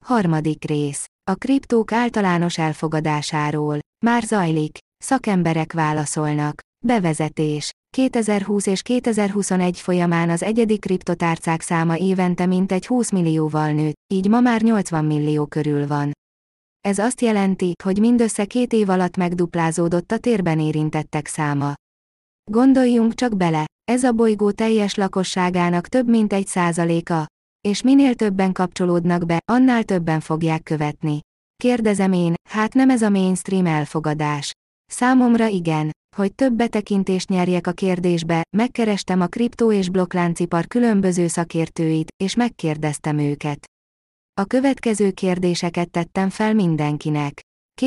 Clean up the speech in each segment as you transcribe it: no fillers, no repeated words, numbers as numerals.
Harmadik rész. A kriptók általános elfogadásáról. Már zajlik. Szakemberek válaszolnak. Bevezetés. 2020 és 2021 folyamán az egyedi kriptotárcák száma évente mintegy 20 millióval nőtt, így ma már 80 millió körül van. Ez azt jelenti, hogy mindössze 2 év alatt megduplázódott a térben érintettek száma. Gondoljunk csak bele, ez a bolygó teljes lakosságának több mint 1%-a, és minél többen kapcsolódnak be, annál többen fogják követni. Kérdezem én, hát nem ez a mainstream elfogadás? Számomra igen. Hogy több betekintést nyerjek a kérdésbe, megkerestem a kriptó- és blokkláncipar különböző szakértőit, és megkérdeztem őket. A következő kérdéseket tettem fel mindenkinek.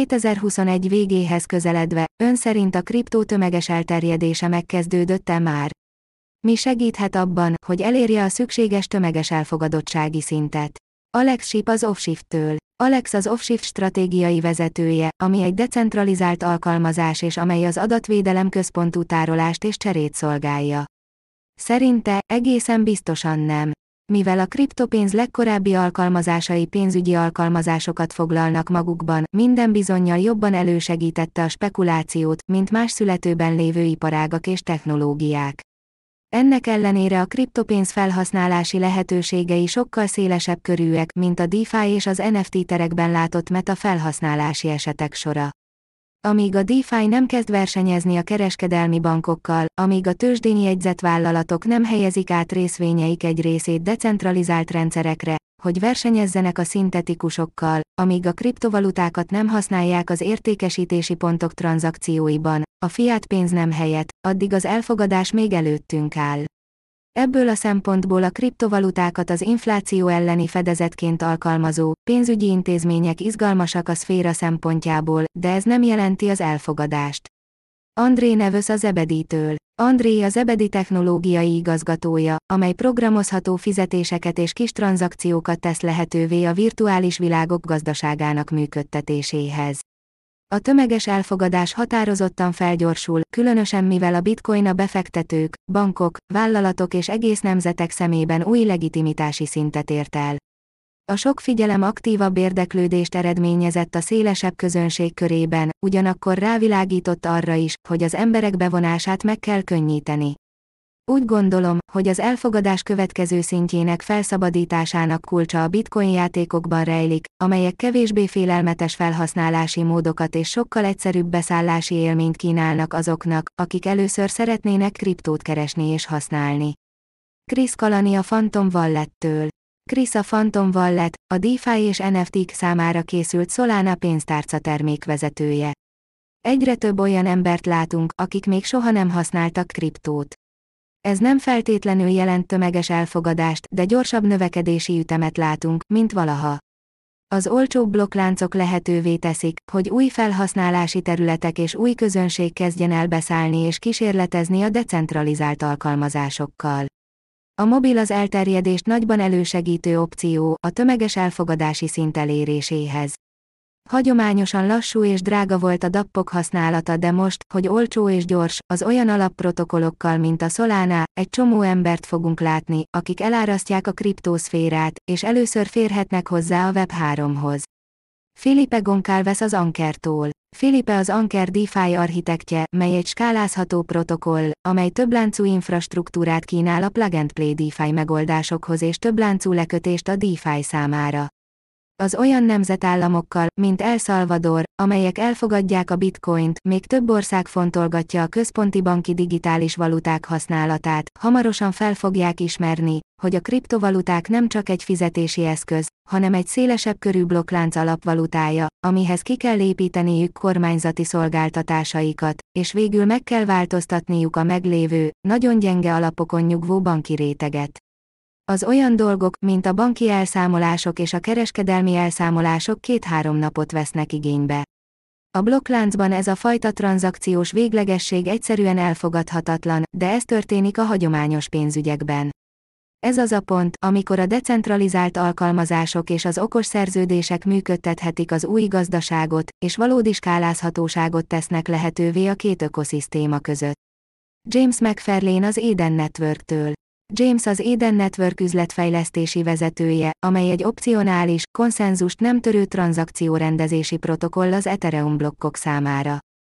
2021 végéhez közeledve, ön szerint a kriptó tömeges elterjedése megkezdődött-e már? Mi segíthet abban, hogy elérje a szükséges tömeges elfogadottsági szintet? Alex Ship az Offshift-től. Alex az Offshift stratégiai vezetője, ami egy decentralizált alkalmazás és amely az adatvédelem központú tárolást és cserét szolgálja. Szerinte, egészen biztosan nem. Mivel a kriptopénz legkorábbi alkalmazásai pénzügyi alkalmazásokat foglalnak magukban, minden bizonnyal jobban elősegítette a spekulációt, mint más születőben lévő iparágak és technológiák. Ennek ellenére a kriptopénz felhasználási lehetőségei sokkal szélesebb körűek, mint a DeFi és az NFT terekben látott meta felhasználási esetek sora. Amíg a DeFi nem kezd versenyezni a kereskedelmi bankokkal, amíg a tőzsdén jegyzett vállalatok nem helyezik át részvényeik egy részét decentralizált rendszerekre, hogy versenyezzenek a szintetikusokkal, amíg a kriptovalutákat nem használják az értékesítési pontok tranzakcióiban, a fiat pénz nem helyett, addig az elfogadás még előttünk áll. Ebből a szempontból a kriptovalutákat az infláció elleni fedezetként alkalmazó, pénzügyi intézmények izgalmasak a szféra szempontjából, de ez nem jelenti az elfogadást. André Neves a Zebedee-től. André a Zebedee technológiai igazgatója, amely programozható fizetéseket és kis tranzakciókat tesz lehetővé a virtuális világok gazdaságának működtetéséhez. A tömeges elfogadás határozottan felgyorsul, különösen mivel a bitcoin a befektetők, bankok, vállalatok és egész nemzetek szemében új legitimitási szintet ért el. A sok figyelem aktívabb érdeklődést eredményezett a szélesebb közönség körében, ugyanakkor rávilágított arra is, hogy az emberek bevonását meg kell könnyíteni. Úgy gondolom, hogy az elfogadás következő szintjének felszabadításának kulcsa a bitcoin játékokban rejlik, amelyek kevésbé félelmetes felhasználási módokat és sokkal egyszerűbb beszállási élményt kínálnak azoknak, akik először szeretnének kriptót keresni és használni. Chris Kalani a Phantom Wallet-től. Chris a Phantom Wallet, a DeFi és NFT-k számára készült Solana pénztárca termékvezetője. Egyre több olyan embert látunk, akik még soha nem használtak kriptót. Ez nem feltétlenül jelent tömeges elfogadást, de gyorsabb növekedési ütemet látunk, mint valaha. Az olcsóbb blokkláncok lehetővé teszik, hogy új felhasználási területek és új közönség kezdjen el beszállni és kísérletezni a decentralizált alkalmazásokkal. A mobil az elterjedést nagyban elősegítő opció a tömeges elfogadási szint eléréséhez. Hagyományosan lassú és drága volt a dappok használata, de most, hogy olcsó és gyors, az olyan alapprotokollokkal, mint a Solana, egy csomó embert fogunk látni, akik elárasztják a kriptoszférát, és először férhetnek hozzá a Web3-hoz. Felipe Goncalves az Ankertól. Felipe az Anker DeFi architektje, mely egy skálázható protokoll, amely többláncú infrastruktúrát kínál a plug-and-play DeFi megoldásokhoz és többláncú lekötést a DeFi számára. Az olyan nemzetállamokkal, mint El Salvador, amelyek elfogadják a bitcoint, még több ország fontolgatja a központi banki digitális valuták használatát, hamarosan fel fogják ismerni, hogy a kriptovaluták nem csak egy fizetési eszköz, hanem egy szélesebb körű blokklánc alapvalutája, amihez ki kell építeniük kormányzati szolgáltatásaikat, és végül meg kell változtatniuk a meglévő, nagyon gyenge alapokon nyugvó banki réteget. Az olyan dolgok, mint a banki elszámolások és a kereskedelmi elszámolások 2-3 napot vesznek igénybe. A blokkláncban ez a fajta tranzakciós véglegesség egyszerűen elfogadhatatlan, de ez történik a hagyományos pénzügyekben. Ez az a pont, amikor a decentralizált alkalmazások és az okos szerződések működtethetik az új gazdaságot, és valódi skálázhatóságot tesznek lehetővé a két ökoszisztéma között. James McFarlane az Eden Network-től. James az Eden Network üzletfejlesztési vezetője, amely egy opcionális, konszenzust nem törő tranzakciórendezési protokoll az Ethereum blokkok számára.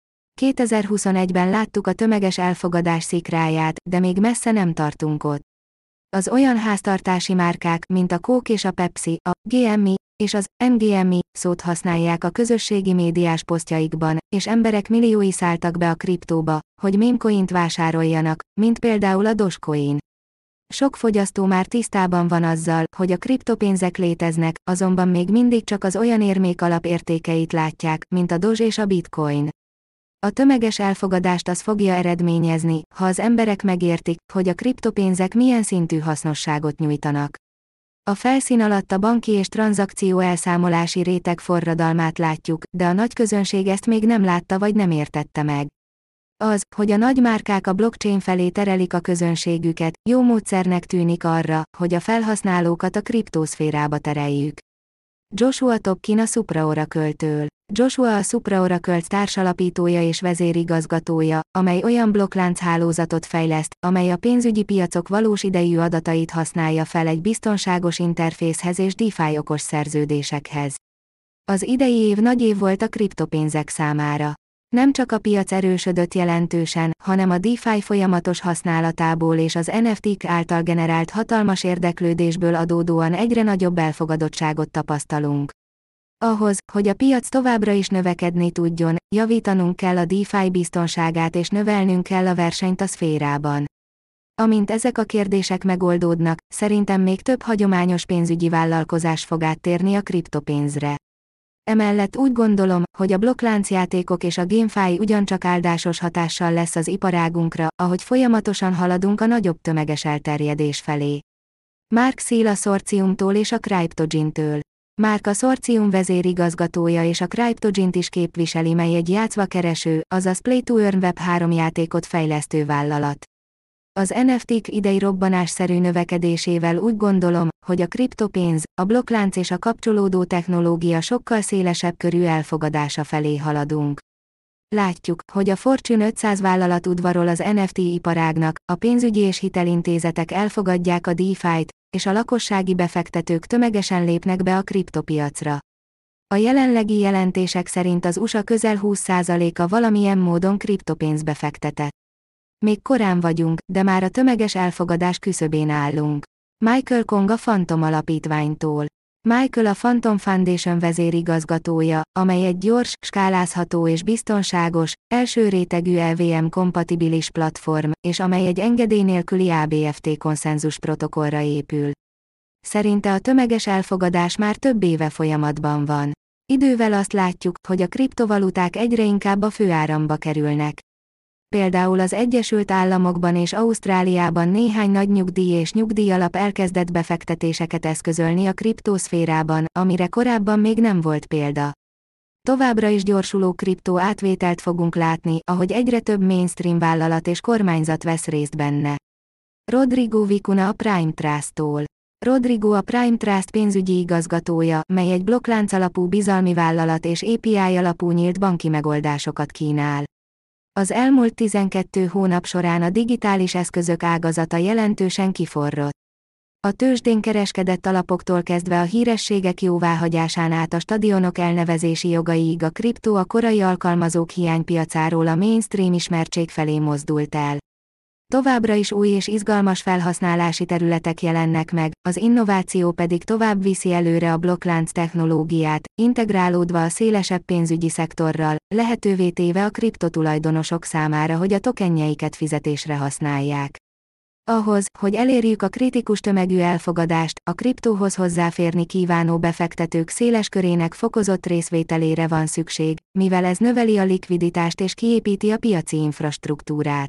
2021-ben láttuk a tömeges elfogadás szikráját, de még messze nem tartunk ott. Az olyan háztartási márkák, mint a Coke és a Pepsi, a GME és az NGME szót használják a közösségi médiás posztjaikban, és emberek milliói szálltak be a kriptóba, hogy mémcoint vásároljanak, mint például a Dogecoin. Sok fogyasztó már tisztában van azzal, hogy a kriptopénzek léteznek, azonban még mindig csak az olyan érmék alapértékeit látják, mint a Doge és a Bitcoin. A tömeges elfogadást az fogja eredményezni, ha az emberek megértik, hogy a kriptopénzek milyen szintű hasznosságot nyújtanak. A felszín alatt a banki és tranzakció elszámolási réteg forradalmát látjuk, de a nagy közönség ezt még nem látta vagy nem értette meg. Az, hogy a nagy márkák a blockchain felé terelik a közönségüket, jó módszernek tűnik arra, hogy a felhasználókat a kriptoszférába tereljük. Joshua Topkin a Supra Oracle-től. Joshua a Supra Oracle társalapítója és vezérigazgatója, amely olyan blokklánc hálózatot fejleszt, amely a pénzügyi piacok valós idejű adatait használja fel egy biztonságos interfészhez és DeFi okos szerződésekhez. Az idei év nagy év volt a kriptopénzek számára. Nem csak a piac erősödött jelentősen, hanem a DeFi folyamatos használatából és az NFT-k által generált hatalmas érdeklődésből adódóan egyre nagyobb elfogadottságot tapasztalunk. Ahhoz, hogy a piac továbbra is növekedni tudjon, javítanunk kell a DeFi biztonságát és növelnünk kell a versenyt a szférában. Amint ezek a kérdések megoldódnak, szerintem még több hagyományos pénzügyi vállalkozás fog áttérni a kriptopénzre. Emellett úgy gondolom, hogy a blokkláncjátékok és a GameFi ugyancsak áldásos hatással lesz az iparágunkra, ahogy folyamatosan haladunk a nagyobb tömeges elterjedés felé. Mark Seal a Sortiumtól és a Cryptojin-től. Mark a Sortium vezérigazgatója és a Cryptojint is képviseli, mely egy játszva-kereső, azaz Play-to-Earn Web3 játékot fejlesztő vállalat. Az NFT-k idei robbanásszerű növekedésével úgy gondolom, hogy a kriptopénz, a blokklánc és a kapcsolódó technológia sokkal szélesebb körű elfogadása felé haladunk. Látjuk, hogy a Fortune 500 vállalat udvarol az NFT iparágnak, a pénzügyi és hitelintézetek elfogadják a DeFi-t, és a lakossági befektetők tömegesen lépnek be a kriptopiacra. A jelenlegi jelentések szerint az USA közel 20%-a valamilyen módon kriptopénzbe fektetett. Még korán vagyunk, de már a tömeges elfogadás küszöbén állunk. Michael Kong a Phantom alapítványtól. Michael a Phantom Foundation vezérigazgatója, amely egy gyors, skálázható és biztonságos, első rétegű LVM-kompatibilis platform, és amely egy engedély nélküli ABFT konszenzus protokollra épül. Szerinte a tömeges elfogadás már több éve folyamatban van. Idővel azt látjuk, hogy a kriptovaluták egyre inkább a főáramba kerülnek. Például az Egyesült Államokban és Ausztráliában néhány nagy nyugdíj és nyugdíjalap elkezdett befektetéseket eszközölni a kriptoszférában, amire korábban még nem volt példa. Továbbra is gyorsuló kriptó átvételt fogunk látni, ahogy egyre több mainstream vállalat és kormányzat vesz részt benne. Rodrigo Vicuna a Prime Trust-tól. Rodrigo a Prime Trust pénzügyi igazgatója, mely egy blokklánc alapú bizalmi vállalat és API alapú nyílt banki megoldásokat kínál. Az elmúlt 12 hónap során a digitális eszközök ágazata jelentősen kiforrott. A tőzsdén kereskedett alapoktól kezdve a hírességek jóváhagyásán át a stadionok elnevezési jogaiig a kriptó a korai alkalmazók hiánypiacáról a mainstream ismertség felé mozdult el. Továbbra is új és izgalmas felhasználási területek jelennek meg, az innováció pedig tovább viszi előre a blokklánc technológiát, integrálódva a szélesebb pénzügyi szektorral, lehetővé téve a kriptotulajdonosok számára, hogy a tokenjeiket fizetésre használják. Ahhoz, hogy elérjük a kritikus tömegű elfogadást, a kriptóhoz hozzáférni kívánó befektetők széles körének fokozott részvételére van szükség, mivel ez növeli a likviditást és kiépíti a piaci infrastruktúrát.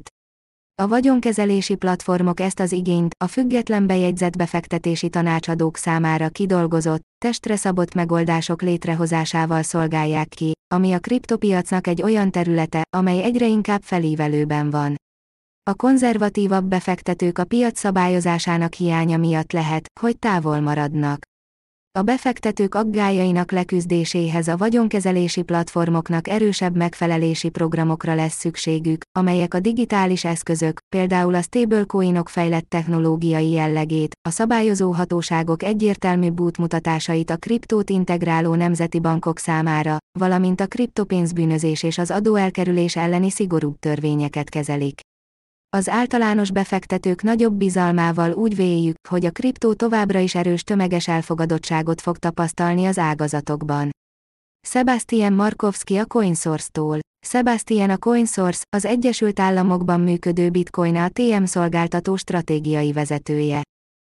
A vagyonkezelési platformok ezt az igényt a független bejegyzett befektetési tanácsadók számára kidolgozott, testre szabott megoldások létrehozásával szolgálják ki, ami a kriptopiacnak egy olyan területe, amely egyre inkább felívelőben van. A konzervatívabb befektetők a piac szabályozásának hiánya miatt lehet, hogy távol maradnak. A befektetők aggályainak leküzdéséhez a vagyonkezelési platformoknak erősebb megfelelési programokra lesz szükségük, amelyek a digitális eszközök, például a stablecoinok fejlett technológiai jellegét, a szabályozó hatóságok egyértelműbb útmutatásait a kriptót integráló nemzeti bankok számára, valamint a kriptopénzbűnözés és az adóelkerülés elleni szigorúbb törvényeket kezelik. Az általános befektetők nagyobb bizalmával úgy véljük, hogy a kriptó továbbra is erős tömeges elfogadottságot fog tapasztalni az ágazatokban. Sebastian Markovski a CoinSource-tól. Sebastian a CoinSource, az Egyesült Államokban működő Bitcoin ATM szolgáltató stratégiai vezetője.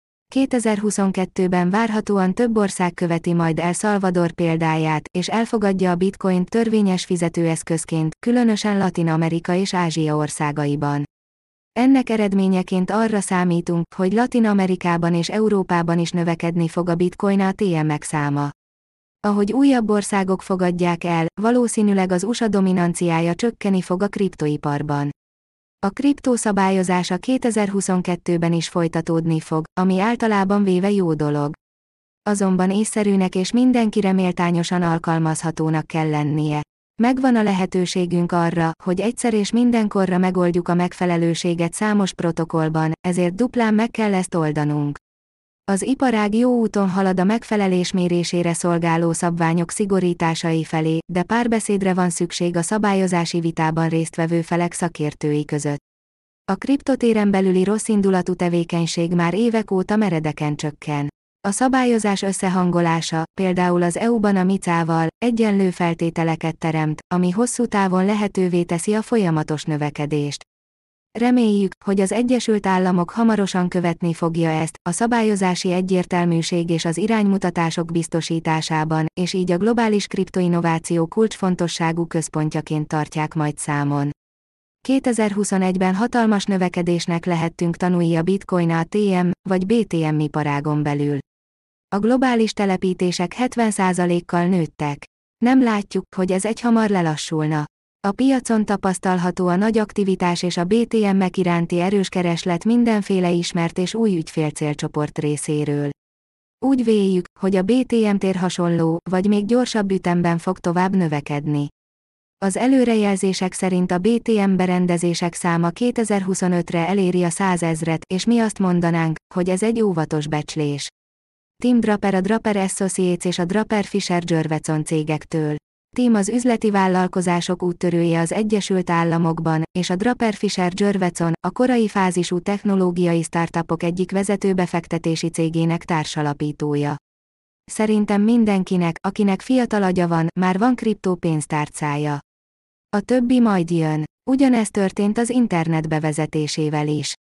2022-ben várhatóan több ország követi majd El Salvador példáját, és elfogadja a bitcoint törvényes fizetőeszközként, különösen Latin-Amerika és Ázsia országaiban. Ennek eredményeként arra számítunk, hogy Latin-Amerikában és Európában is növekedni fog a Bitcoin ATM-ek száma. Ahogy újabb országok fogadják el, valószínűleg az USA dominanciája csökkeni fog a kriptoiparban. A kriptó szabályozása 2022-ben is folytatódni fog, ami általában véve jó dolog. Azonban észszerűnek és mindenkire méltányosan alkalmazhatónak kell lennie. Megvan a lehetőségünk arra, hogy egyszer és mindenkorra megoldjuk a megfelelőséget számos protokollban, ezért duplán meg kell ezt oldanunk. Az iparág jó úton halad a megfelelés mérésére szolgáló szabványok szigorításai felé, de párbeszédre van szükség a szabályozási vitában résztvevő felek szakértői között. A kriptotéren belüli rosszindulatú tevékenység már évek óta meredeken csökken. A szabályozás összehangolása, például az EU-ban a MiCA-val, egyenlő feltételeket teremt, ami hosszú távon lehetővé teszi a folyamatos növekedést. Reméljük, hogy az Egyesült Államok hamarosan követni fogja ezt, a szabályozási egyértelműség és az iránymutatások biztosításában, és így a globális kriptoinnováció kulcsfontosságú központjaként tartják majd számon. 2021-ben hatalmas növekedésnek lehettünk tanúi a Bitcoin ATM, vagy BTM iparágon belül. A globális telepítések 70%-kal nőttek. Nem látjuk, hogy ez egyhamar lelassulna. A piacon tapasztalható a nagy aktivitás és a BTM-ek iránti erős kereslet mindenféle ismert és új ügyfélcélcsoport részéről. Úgy véljük, hogy a BTM tér hasonló, vagy még gyorsabb ütemben fog tovább növekedni. Az előrejelzések szerint a BTM berendezések száma 2025-re eléri a 100 000-et, és mi azt mondanánk, hogy ez egy óvatos becslés. Tim Draper a Draper Associates és a Draper Fisher Gervetson cégektől. Tim az üzleti vállalkozások úttörője az Egyesült Államokban, és a Draper Fisher Gervetson, a korai fázisú technológiai startupok egyik vezető befektetési cégének társalapítója. Szerintem mindenkinek, akinek fiatal agya van, már van kriptó pénztárcája. A többi majd jön. Ugyanez történt az internet bevezetésével is.